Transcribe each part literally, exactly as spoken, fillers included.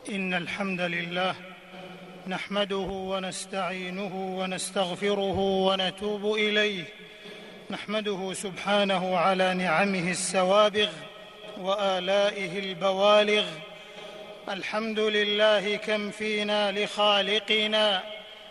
إن الحمد لله نحمده ونستعينه ونستغفره ونتوب إليه. نحمده سبحانه على نعمه السوابغ وآلائه البوالغ. الحمد لله كم فينا لخالقنا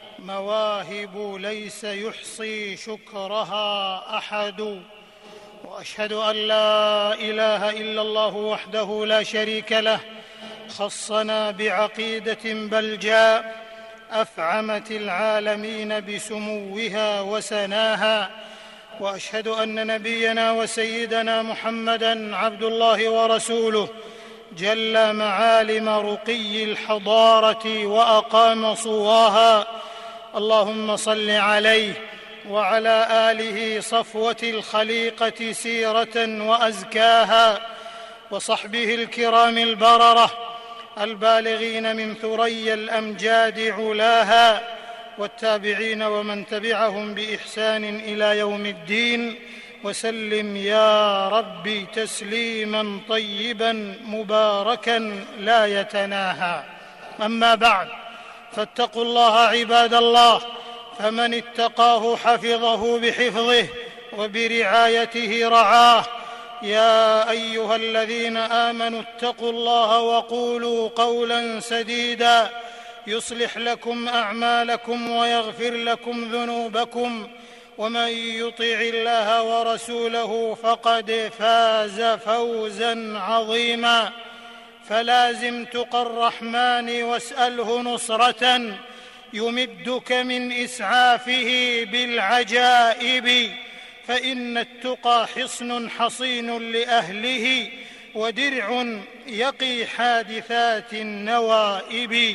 مواهب ليس يحصي شكرها أحد. وأشهد أن لا إله إلا الله وحده لا شريك له، خصنا بعقيدة بلجاء أفعمت العالمين بسموها وسناها. وأشهد أن نبينا وسيدنا محمدًا عبد الله ورسوله، جل معالم رقي الحضارة وأقام صواها. اللهم صل عليه وعلى آله صفوة الخليقة سيرة وأزكاها، وصحبه الكرام البررة البالغين من ثريا الأمجاد علاها، والتابعين ومن تبعهم بإحسان إلى يوم الدين. وسلم يا رب تسليما طيبا مباركا لا يتناهى. أما بعد، فاتقوا الله عباد الله، فمن اتقاه حفظه بحفظه وبرعايته رعاه. يا أيها الذين آمنوا اتقوا الله وقولوا قولا سديدا يصلح لكم أعمالكم ويغفر لكم ذنوبكم، ومن يطع الله ورسوله فقد فاز فوزا عظيما. فلازم تقى الرحمن واسأله نصرة يمدك من إسعافه بالعجائب، فإن التقى حصن حصين لأهله ودرع يقي حادثات النوائب.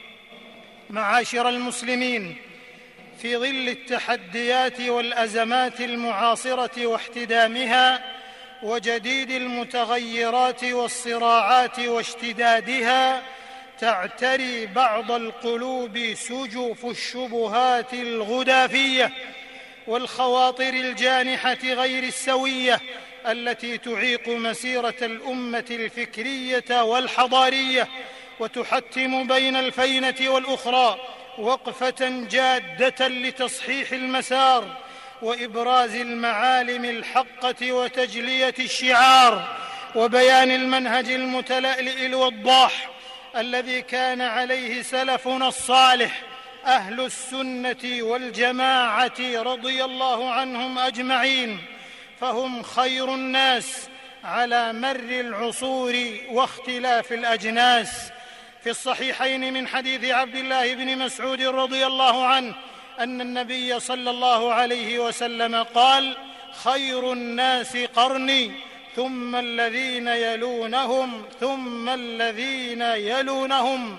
معاشر المسلمين، في ظل التحديات والأزمات المعاصرة واحتدامها وجديد المتغيرات والصراعات واشتدادها، تعتري بعض القلوب سجف الشبهات الغدافية والخواطر الجانحة غير السوية التي تعيق مسيرة الأمة الفكرية والحضارية، وتحتم بين الفينة والأخرى وقفة جادة لتصحيح المسار وإبراز المعالم الحقة وتجلية الشعار وبيان المنهج المتلألئ الوضاح الذي كان عليه سلفنا الصالح أهل السنة والجماعة رضي الله عنهم أجمعين، فهم خير الناس على مر العصور واختلاف الأجناس. في الصحيحين من حديث عبد الله بن مسعود رضي الله عنه أن النبي صلى الله عليه وسلم قال: خير الناس قرني ثم الذين يلونهم ثم الذين يلونهم.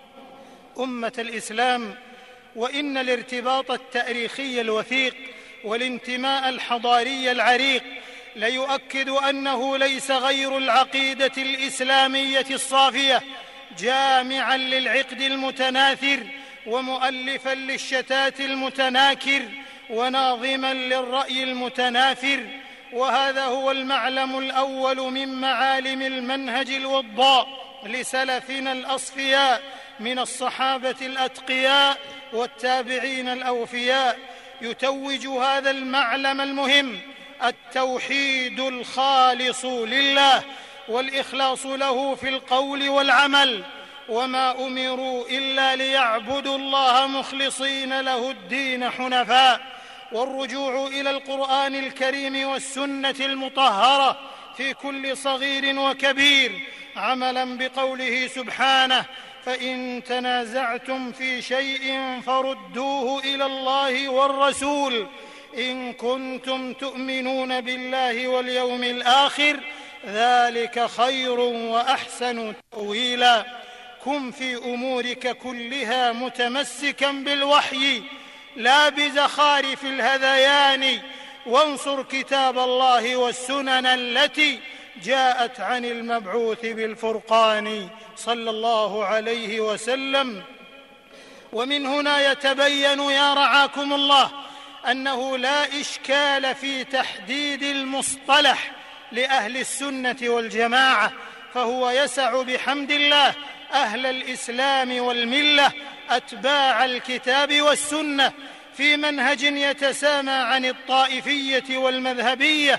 أمة الإسلام، وإن الارتباط التاريخي الوثيق والانتماء الحضاري العريق ليؤكد أنه ليس غير العقيدة الإسلامية الصافية جامعاً للعقد المتناثر ومؤلفاً للشتات المتناكر وناظماً للرأي المتنافر. وهذا هو المعلم الأول من معالم المنهج الوضاء لسلفنا الأصفياء من الصحابة الأتقياء والتابعين الأوفياء. يتوج هذا المعلم المهم التوحيد الخالص لله والإخلاص له في القول والعمل، وما أمروا إلا ليعبدوا الله مخلصين له الدين حنفاء. والرجوع إلى القرآن الكريم والسنة المطهرة في كل صغير وكبير، عملاً بقوله سبحانه: فإن تنازعتم في شيء فردوه إلى الله والرسول إن كنتم تؤمنون بالله واليوم الآخر ذلك خير وأحسن تأويلا. كن في أمورك كلها متمسكاً بالوحي لا بزخارف الهذيان، وانصر كتاب الله والسنن التي جاءت عن المبعوث بالفرقان صلى الله عليه وسلم. ومن هنا يتبين يا رعاكم الله أنه لا إشكال في تحديد المصطلح لأهل السنة والجماعة، فهو يسع بحمد الله أهل الإسلام والملة أتباع الكتاب والسنة في منهج يتسامى عن الطائفية والمذهبية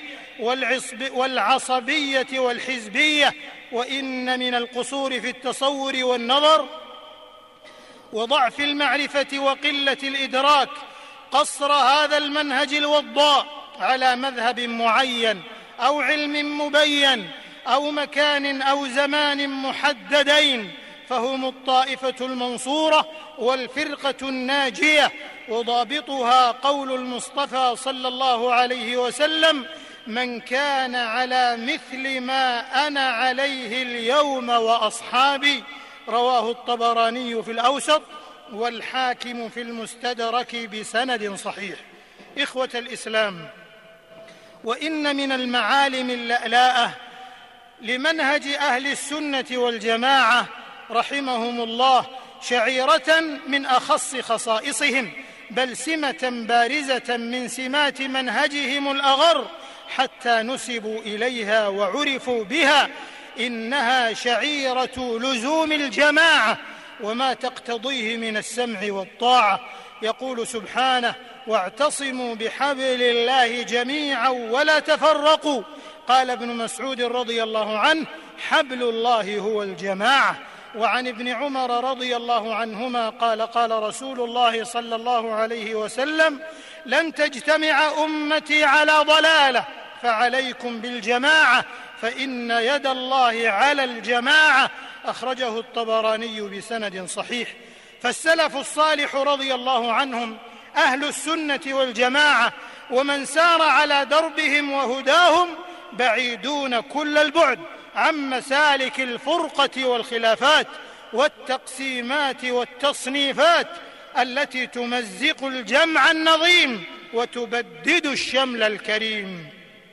والعصبية والحزبية. وإن من القصور في التصور والنظر وضعف المعرفة وقلة الإدراك قصر هذا المنهج الوضاء على مذهب معين أو علم مبين أو مكان أو زمان محددين، فهم الطائفة المنصورة والفرقة الناجية، وضابطها قول المصطفى صلى الله عليه وسلم: من كان على مثل ما أنا عليه اليوم وأصحابي، رواه الطبراني في الأوسط والحاكم في المستدرك بسند صحيح. إخوة الإسلام، وإن من المعالم اللألاءة لمنهج أهل السنة والجماعة رحمهم الله شعيرة من أخص خصائصهم، بل سمة بارزة من سمات منهجهم الأغر حتى نسبوا إليها وعرفوا بها. إنها شعيرة لزوم الجماعة وما تقتضيه من السمع والطاعة. يقول سبحانه: واعتصموا بحبل الله جميعا ولا تفرقوا. قال ابن مسعود رضي الله عنه: حبل الله هو الجماعة. وعن ابن عمر رضي الله عنهما قال: قال رسول الله صلى الله عليه وسلم: لن تجتمع أمتي على ضلالة، فعليكم بالجماعة فإن يد الله على الجماعة. أخرجه الطبراني بسند صحيح. فالسلف الصالح رضي الله عنهم أهل السنة والجماعة ومن سار على دربهم وهداهم بعيدون كل البعد عن مسالك الفرقة والخلافات والتقسيمات والتصنيفات التي تمزق الجمع النظيم وتبدد الشمل الكريم.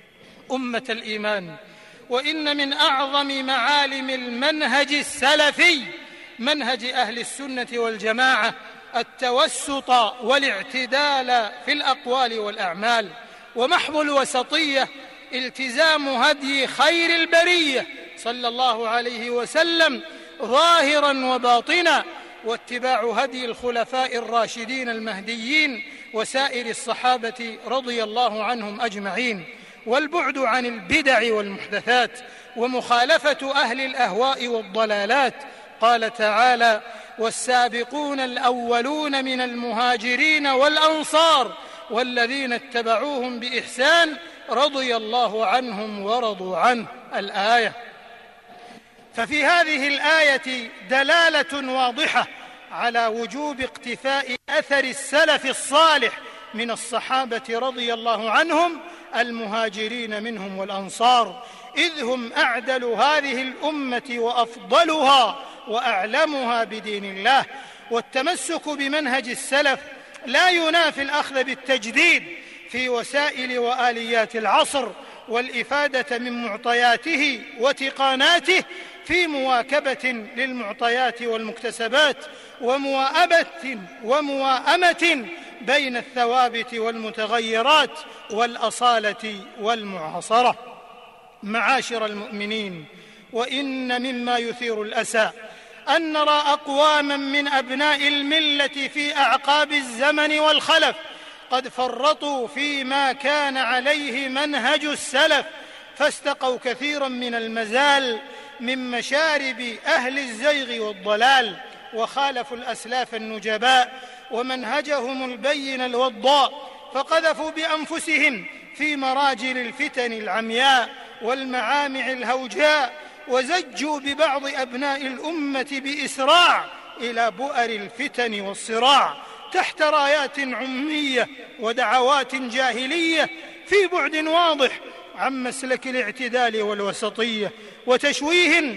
أمة الإيمان، وإن من أعظم معالم المنهج السلفي منهج أهل السنة والجماعة التوسط والاعتدال في الأقوال والأعمال، ومحض الوسطية التزام هدي خير البرية صلى الله عليه وسلم ظاهرا وباطنا، واتباع هدي الخلفاء الراشدين المهديين وسائر الصحابة رضي الله عنهم أجمعين، والبعد عن البدع والمحدثات ومخالفة أهل الأهواء والضلالات. قال تعالى: والسابقون الأولون من المهاجرين والأنصار والذين اتبعوهم بإحسان رضي الله عنهم ورضوا عنه. الآية. ففي هذه الآية دلالة واضحة على وجوب اقتفاء أثر السلف الصالح من الصحابة رضي الله عنهم المهاجرين منهم والأنصار، إذ هم أعدل هذه الأمة وأفضلها وأعلمها بدين الله. والتمسك بمنهج السلف لا ينافي الأخذ بالتجديد في وسائل وآليات العصر والإفادة من معطياته وتقاناته في مواكبة للمعطيات والمكتسبات ومواءبة ومواءمة بين الثوابت والمتغيرات والأصالة والمعاصرة. معاشر المؤمنين، وإن مما يثير الأسى أن نرى أقواما من أبناء الملة في أعقاب الزمن والخلف قد فرطوا فيما كان عليه منهج السلف، فاستقوا كثيرا من المزال من مشارب أهل الزيغ والضلال، وخالفوا الأسلاف النجباء ومنهجهم البين الوضاء، فقذفوا بأنفسهم في مراجل الفتن العمياء والمعامع الهوجاء، وزجوا ببعض أبناء الأمة بإسراع إلى بؤر الفتن والصراع تحت رايات عمية ودعوات جاهلية في بعد واضح عن مسلك الاعتدال والوسطية، وتشويه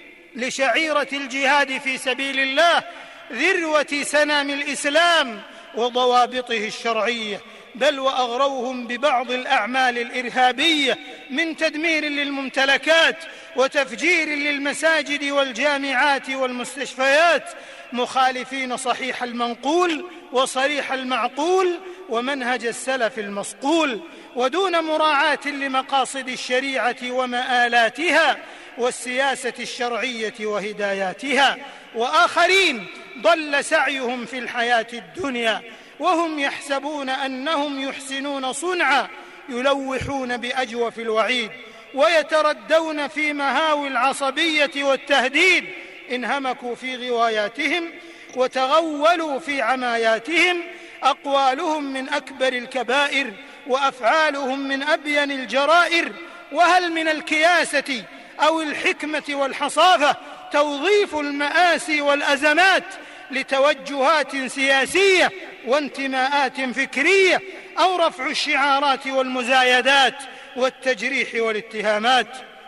لشعيرة الجهاد في سبيل الله ذروة سنام الإسلام وضوابطه الشرعية، بل وأغروهم ببعض الأعمال الإرهابية من تدمير للممتلكات وتفجير للمساجد والجامعات والمستشفيات، مخالفين صحيح المنقول وصريح المعقول ومنهج السلف المصقول، ودون مراعاة لمقاصد الشريعة ومآلاتها والسياسة الشرعية وهداياتها، وآخرين ضل سعيهم في الحياة الدنيا وهم يحسبون أنهم يحسنون صنعا، يلوحون بأجوف الوعيد ويتردون في مهاوي العصبية والتهديد. انهمكوا في غواياتهم وتغولوا في عماياتهم، أقوالهم من أكبر الكبائر وأفعالهم من أبين الجرائر. وهل من الكياسة أو الحكمة والحصافة توظيف المآسي والأزمات لتوجهات سياسية وانتماءات فكرية، أو رفع الشعارات والمزايدات والتجريح والاتهامات؟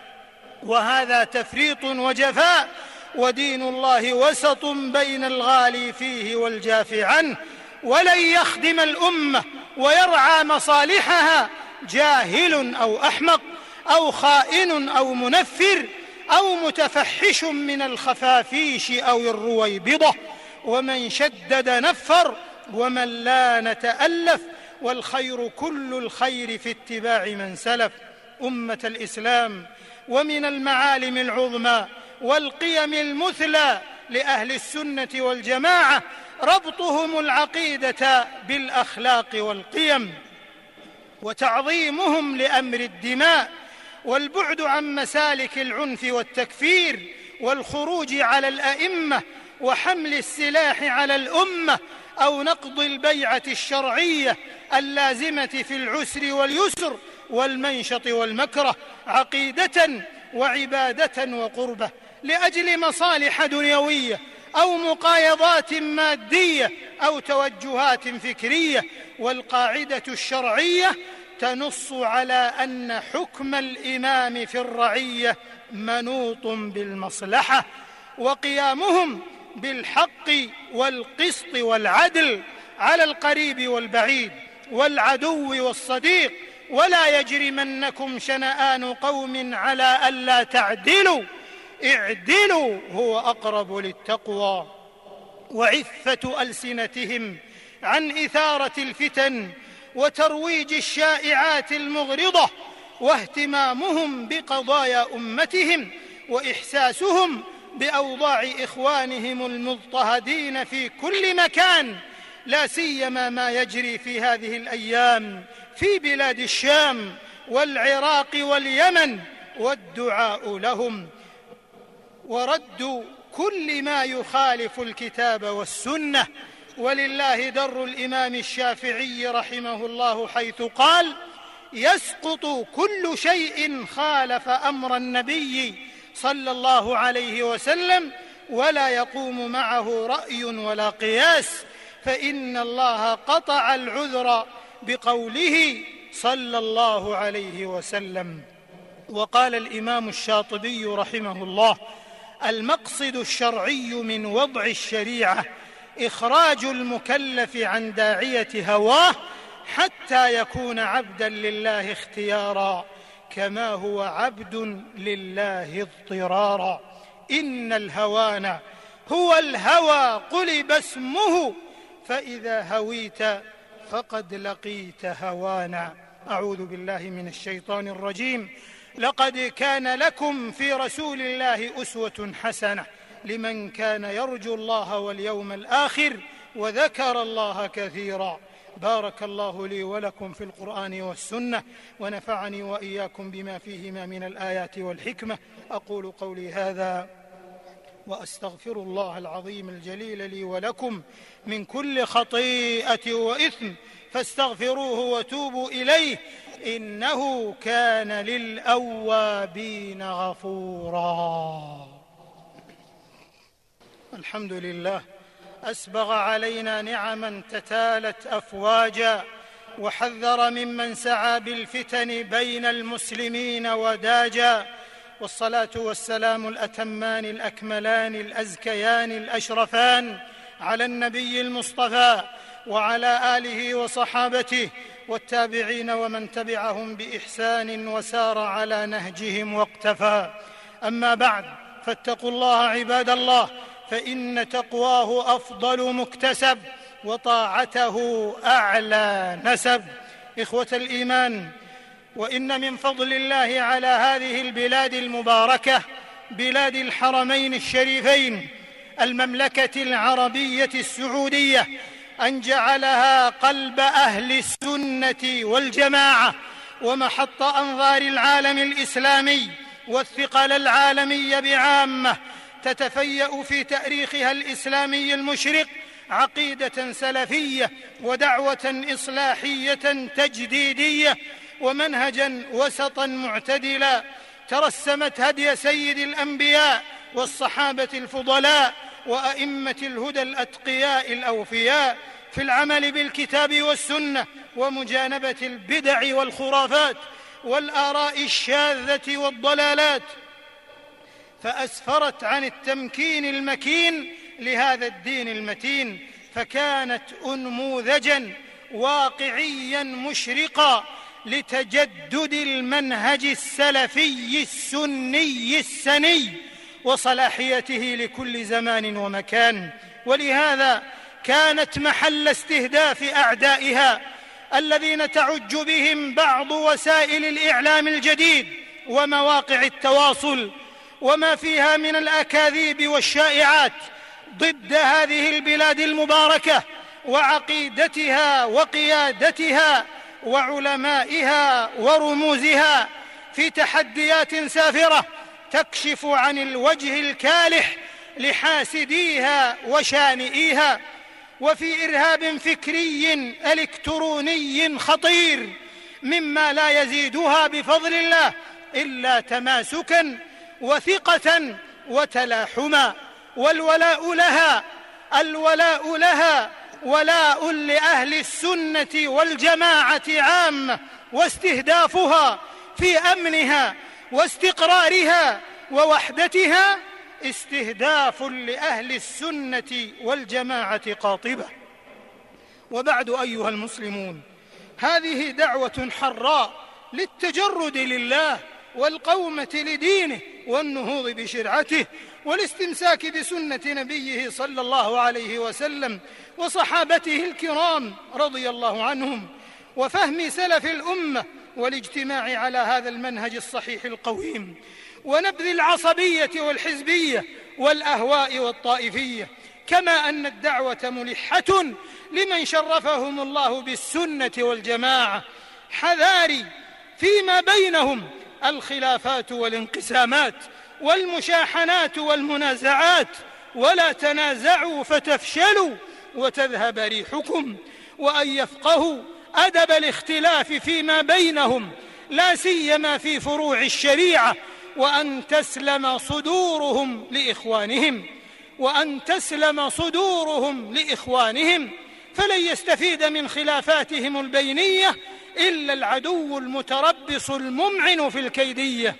وهذا تفريط وجفاء، ودين الله وسط بين الغالي فيه والجاف عنه. ولن يخدم الأمة ويرعى مصالحها جاهل أو أحمق أو خائن أو منفر أو متفحش من الخفافيش أو الرويبضة. ومن شدد نفر ومن لان تألف، والخير كل الخير في اتباع من سلف. أمة الإسلام، ومن المعالم العظمى والقيم المثلى لأهل السنة والجماعة ربطهم العقيدة بالأخلاق والقيم، وتعظيمهم لأمر الدماء، والبعد عن مسالك العنف والتكفير، والخروج على الأئمة، وحمل السلاح على الأمة، أو نقض البيعة الشرعية اللازمة في العسر واليسر والمنشط والمكره، عقيدة وعبادة وقربة، لأجل مصالح دنيوية أو مقايضات مادية أو توجهات فكرية. والقاعدة الشرعية تنص على أن حكم الإمام في الرعية منوط بالمصلحة، وقيامهم بالحق والقسط والعدل على القريب والبعيد والعدو والصديق. ولا يجرمنكم شنآن قوم على ألا تعدلوا اعدلوا هو أقرب للتقوى. وعفة ألسنتهم عن إثارة الفتن وترويج الشائعات المغرضة، واهتمامهم بقضايا أمتهم، وإحساسهم بأوضاع إخوانهم المضطهدين في كل مكان، لا سيما ما يجري في هذه الأيام في بلاد الشام والعراق واليمن، والدعاء لهم ورد كل ما يخالف الكتاب والسنة. ولله در الإمام الشافعي رحمه الله حيث قال: يسقط كل شيء خالف أمر النبي صلى الله عليه وسلم، ولا يقوم معه رأي ولا قياس، فإن الله قطع العذر بقوله صلى الله عليه وسلم. وقال الإمام الشاطبي رحمه الله: المقصد الشرعي من وضع الشريعة إخراج المكلف عن داعية هواه حتى يكون عبدا لله اختيارا، كما هو عبد لله اضطرارا. إن الهوان هو الهوى قلب اسمه، فإذا هويت فقد لقيت هوانا. أعوذ بالله من الشيطان الرجيم. لقد كان لكم في رسول الله أسوة حسنة لمن كان يرجو الله واليوم الآخر وذكر الله كثيرا. بارك الله لي ولكم في القرآن والسنة، ونفعني وإياكم بما فيهما من الآيات والحكمة. أقول قولي هذا وأستغفر الله العظيم الجليل لي ولكم من كل خطيئة وإثم، فاستغفروه وتوبوا إليه، إنه كان للأوابين غفورا. الحمد لله، أسبغ علينا نعما تتالت أفواجا، وحذر ممن سعى بالفتن بين المسلمين وداجا. والصلاة والسلام الأتمان الأكملان الأزكيان الأشرفان على النبي المصطفى وعلى آله وصحابته والتابعين ومن تبعهم بإحسان وسار على نهجهم واقتفى. أما بعد، فاتقوا الله عباد الله، فإن تقواه أفضل مكتسب وطاعته أعلى نسب. إخوة الإيمان، وإن من فضل الله على هذه البلاد المباركة بلاد الحرمين الشريفين المملكة العربية السعودية أن جعلها قلب أهل السنة والجماعة ومحط أنظار العالم الإسلامي والثقل العالمي بعامة، تتفيأ في تاريخها الإسلامي المشرق عقيدة سلفية ودعوة إصلاحية تجديدية ومنهجا وسطا معتدلا ترسمت هدي سيد الأنبياء والصحابة الفضلاء وأئمة الهدى الأتقياء الأوفياء في العمل بالكتاب والسنة ومجانبة البدع والخرافات والآراء الشاذة والضلالات، فأسفرت عن التمكين المكين لهذا الدين المتين، فكانت أنموذجا واقعيا مشرقا لتجدد المنهج السلفي السني السني وصلاحيته لكل زمان ومكان. ولهذا كانت محل استهداف أعدائها الذين تعج بهم بعض وسائل الإعلام الجديد ومواقع التواصل وما فيها من الأكاذيب والشائعات ضد هذه البلاد المباركة وعقيدتها وقيادتها وعلمائها ورموزها في تحديات سافرة تكشف عن الوجه الكالح لحاسديها وشانئيها، وفي إرهاب فكري إلكتروني خطير مما لا يزيدها بفضل الله إلا تماسكا وثقة وتلاحما. والولاء لها الولاء لها ولاء لأهل السنة والجماعة عامة، واستهدافها في أمنها واستقرارها ووحدتها استهداف لأهل السنة والجماعة قاطبة. وبعد أيها المسلمون، هذه دعوة حراء للتجرد لله والقومة لدينه والنهوض بشرعته والاستمساك بسنة نبيه صلى الله عليه وسلم وصحابته الكرام رضي الله عنهم، وفهم سلف الأمة والاجتماع على هذا المنهج الصحيح القويم، ونبذ العصبية والحزبية والأهواء والطائفية، كما أن الدعوة ملحة لمن شرفهم الله بالسنة والجماعة. حذاري فيما بينهم الخلافات والانقسامات والمشاحنات والمنازعات، ولا تنازعوا فتفشلوا وتذهب ريحكم، وأن يفقهوا أدب الاختلاف فيما بينهم لا سيما في فروع الشريعة، وأن تسلم صدورهم لإخوانهم وأن تسلم صدورهم لإخوانهم فلن يستفيد من خلافاتهم البينية إلا العدو المتربص الممعن في الكيدية.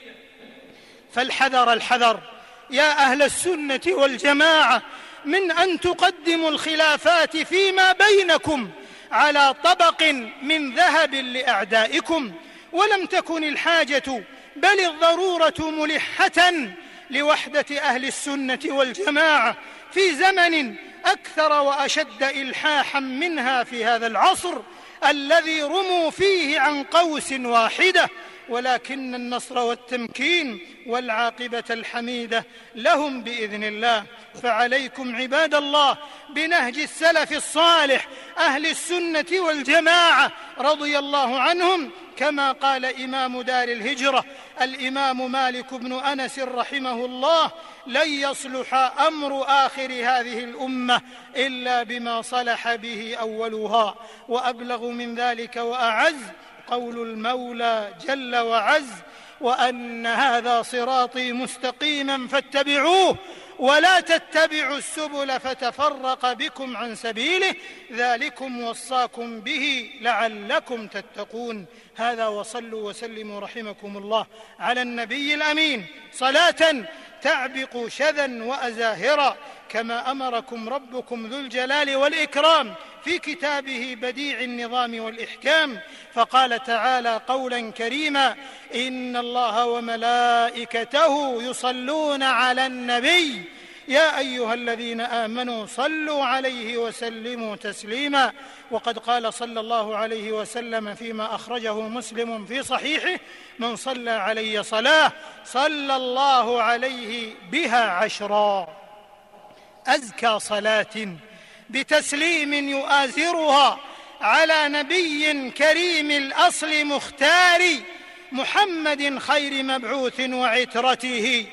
فالحذر الحذر يا أهل السنة والجماعة من أن تقدموا الخلافات فيما بينكم على طبق من ذهب لأعدائكم، ولم تكن الحاجة بل الضرورة ملحة لوحدة أهل السنة والجماعة في زمن أكثر وأشد إلحاحا منها في هذا العصر الذي رموا فيه عن قوس واحدة، ولكن النصر والتمكين والعاقبة الحميدة لهم بإذن الله. فعليكم عباد الله بنهج السلف الصالح أهل السنة والجماعة رضي الله عنهم، كما قال إمام دار الهجرة الإمام مالك بن أنس رحمه الله: لن يصلح أمر آخر هذه الأمة إلا بما صلح به أولها. وأبلغ من ذلك وأعز قول المولى جل وعز: وأن هذا صراطي مستقيما فاتبعوه ولا تتبعوا السبل فتفرق بكم عن سبيله ذلكم وصاكم به لعلكم تتقون. هذا، وصلوا وسلموا رحمكم الله على النبي الأمين صلاة تعبق شذا وأزاهرا، كما أمركم ربكم ذو الجلال والإكرام في كتابه بديع النظام والإحكام، فقال تعالى قولا كريما: إن الله وملائكته يصلون على النبي يا أيها الذين آمنوا صلوا عليه وسلموا تسليما. وقد قال صلى الله عليه وسلم فيما أخرجه مسلم في صحيحه: من صلى علي صلاة صلى الله عليه بها عشرا. أزكى صلاة بتسليم يؤازرها على نبي كريم الأصل مختار محمد خير مبعوث وعترته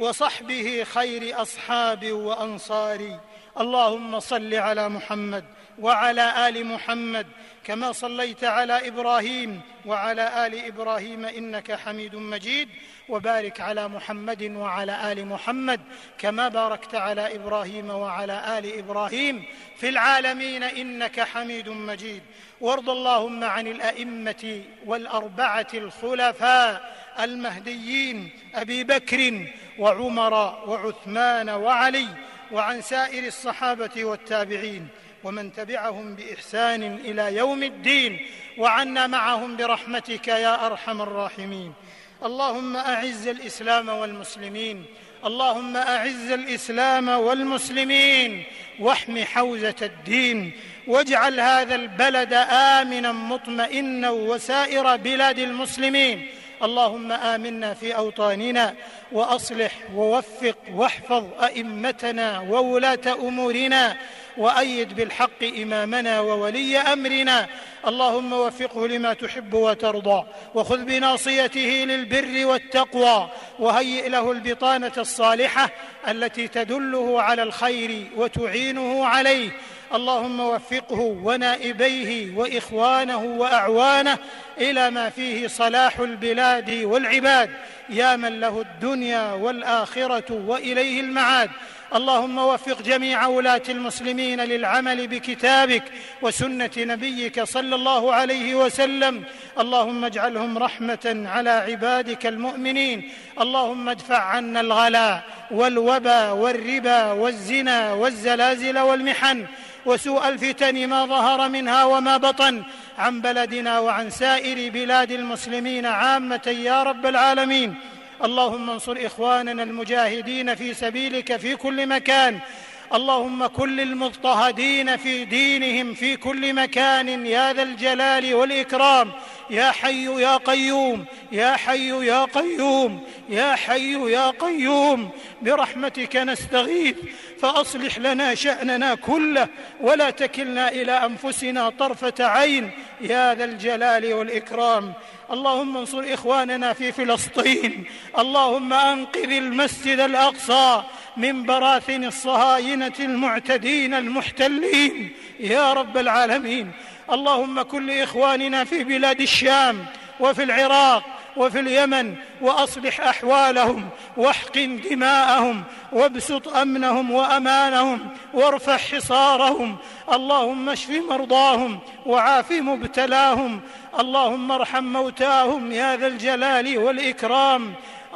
وصحبه خير أصحاب وأنصار. اللهم صل على محمد وعلى آل محمد كما صليت على إبراهيم وعلى آل إبراهيم إنك حميد مجيد، وبارك على محمد وعلى آل محمد كما باركت على إبراهيم وعلى آل إبراهيم في العالمين إنك حميد مجيد. وارض اللهم عن الأئمة والأربعة الخلفاء المهديين أبي بكر وعمر وعثمان وعلي، وعن سائر الصحابة والتابعين ومن تبعهم بإحسان إلى يوم الدين، وعنا معهم برحمتك يا أرحم الراحمين. اللهم أعز الإسلام والمسلمين، اللهم أعز الإسلام والمسلمين واحم حوزة الدين، واجعل هذا البلد آمنا مطمئنا وسائر بلاد المسلمين. اللهم آمنا في أوطاننا، وأصلح ووفق واحفظ أئمتنا وولاة أمورنا، وأيد بالحق إمامنا وولي أمرنا. اللهم وفقه لما تحب وترضى، وخذ بناصيته للبر والتقوى، وهيئ له البطانة الصالحة التي تدله على الخير وتعينه عليه. اللهم وفقه ونائبيه وإخوانه وأعوانه إلى ما فيه صلاح البلاد والعباد، يا من له الدنيا والآخرة وإليه المعاد. اللهم وفق جميع ولاة المسلمين للعمل بكتابك وسنة نبيك صلى الله عليه وسلم. اللهم اجعلهم رحمة على عبادك المؤمنين. اللهم ادفع عنا الغلاء والوبا والربا والزنا والزلازل والمحن وسوء الفتن ما ظهر منها وما بطن عن بلدنا وعن سائر بلاد المسلمين عامة يا رب العالمين. اللهم انصر إخواننا المجاهدين في سبيلك في كل مكان. اللهم كن المضطهدين في دينهم في كل مكان يا ذا الجلال والإكرام. يا حي يا قيوم، يا حي يا قيوم، يا حي يا قيوم، برحمتك نستغيث، فأصلح لنا شأننا كله ولا تكلنا إلى أنفسنا طرفة عين يا ذا الجلال والإكرام. اللهم انصر إخواننا في فلسطين. اللهم أنقذ المسجد الأقصى من براثن الصهاينة المعتدين المحتلين يا رب العالمين. اللهم كن لإخواننا في بلاد الشام وفي العراق وفي اليمن، وأصلح أحوالهم واحقن دماءهم وابسط أمنهم وأمانهم وارفع حصارهم. اللهم اشف مرضاهم وعاف مبتلاهم. اللهم ارحم موتاهم يا ذا الجلال والإكرام.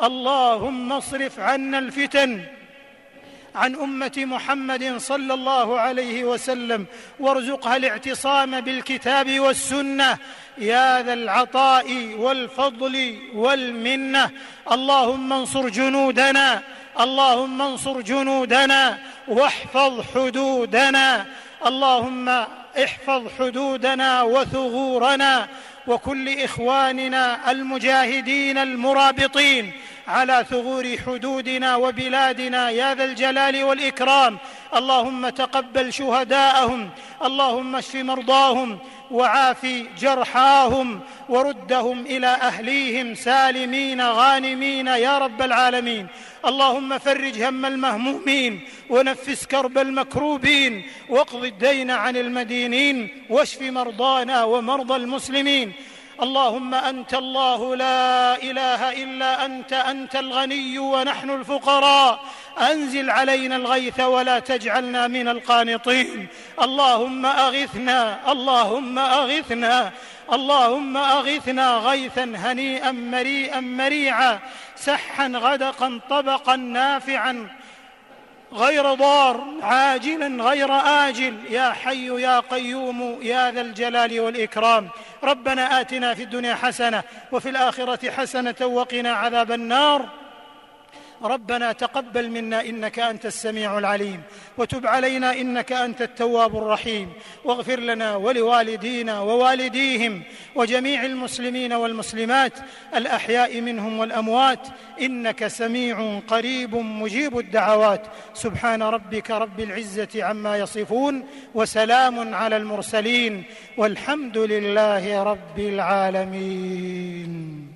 اللهم اصرف عنا الفتن عن أمة محمد صلى الله عليه وسلم، وارزقها الاعتصام بالكتاب والسنة يا ذا العطاء والفضل والمنة. اللهم انصر جنودنا، اللهم انصر جنودنا واحفظ حدودنا. اللهم احفظ حدودنا وثغورنا وكل إخواننا المجاهدين المرابطين على ثغور حدودنا وبلادنا يا ذا الجلال والإكرام. اللهم تقبل شهداءهم، اللهم اشف مرضاهم وعاف جرحاهم وردهم إلى أهليهم سالمين غانمين يا رب العالمين. اللهم فرج هم المهمومين ونفس كرب المكروبين واقض الدين عن المدينين واشف مرضانا ومرضى المسلمين. اللهم أنت الله لا إله إلا أنت، أنت الغني ونحن الفقراء، أنزل علينا الغيث ولا تجعلنا من القانطين. اللهم أغثنا، اللهم أغثنا، اللهم أغثنا غيثا هنيئا مريئا مريعا، سحا غدقا طبقا نافعا غير ضار، عاجلا غير آجل، يا حي يا قيوم يا ذا الجلال والإكرام. ربنا آتنا في الدنيا حسنة وفي الآخرة حسنة وقنا عذاب النار. ربنا تقبل منا إنك أنت السميع العليم، وتب علينا إنك أنت التواب الرحيم، واغفر لنا ولوالدينا ووالديهم وجميع المسلمين والمسلمات الأحياء منهم والأموات، إنك سميع قريب مجيب الدعوات. سبحان ربك رب العزة عما يصفون، وسلام على المرسلين، والحمد لله رب العالمين.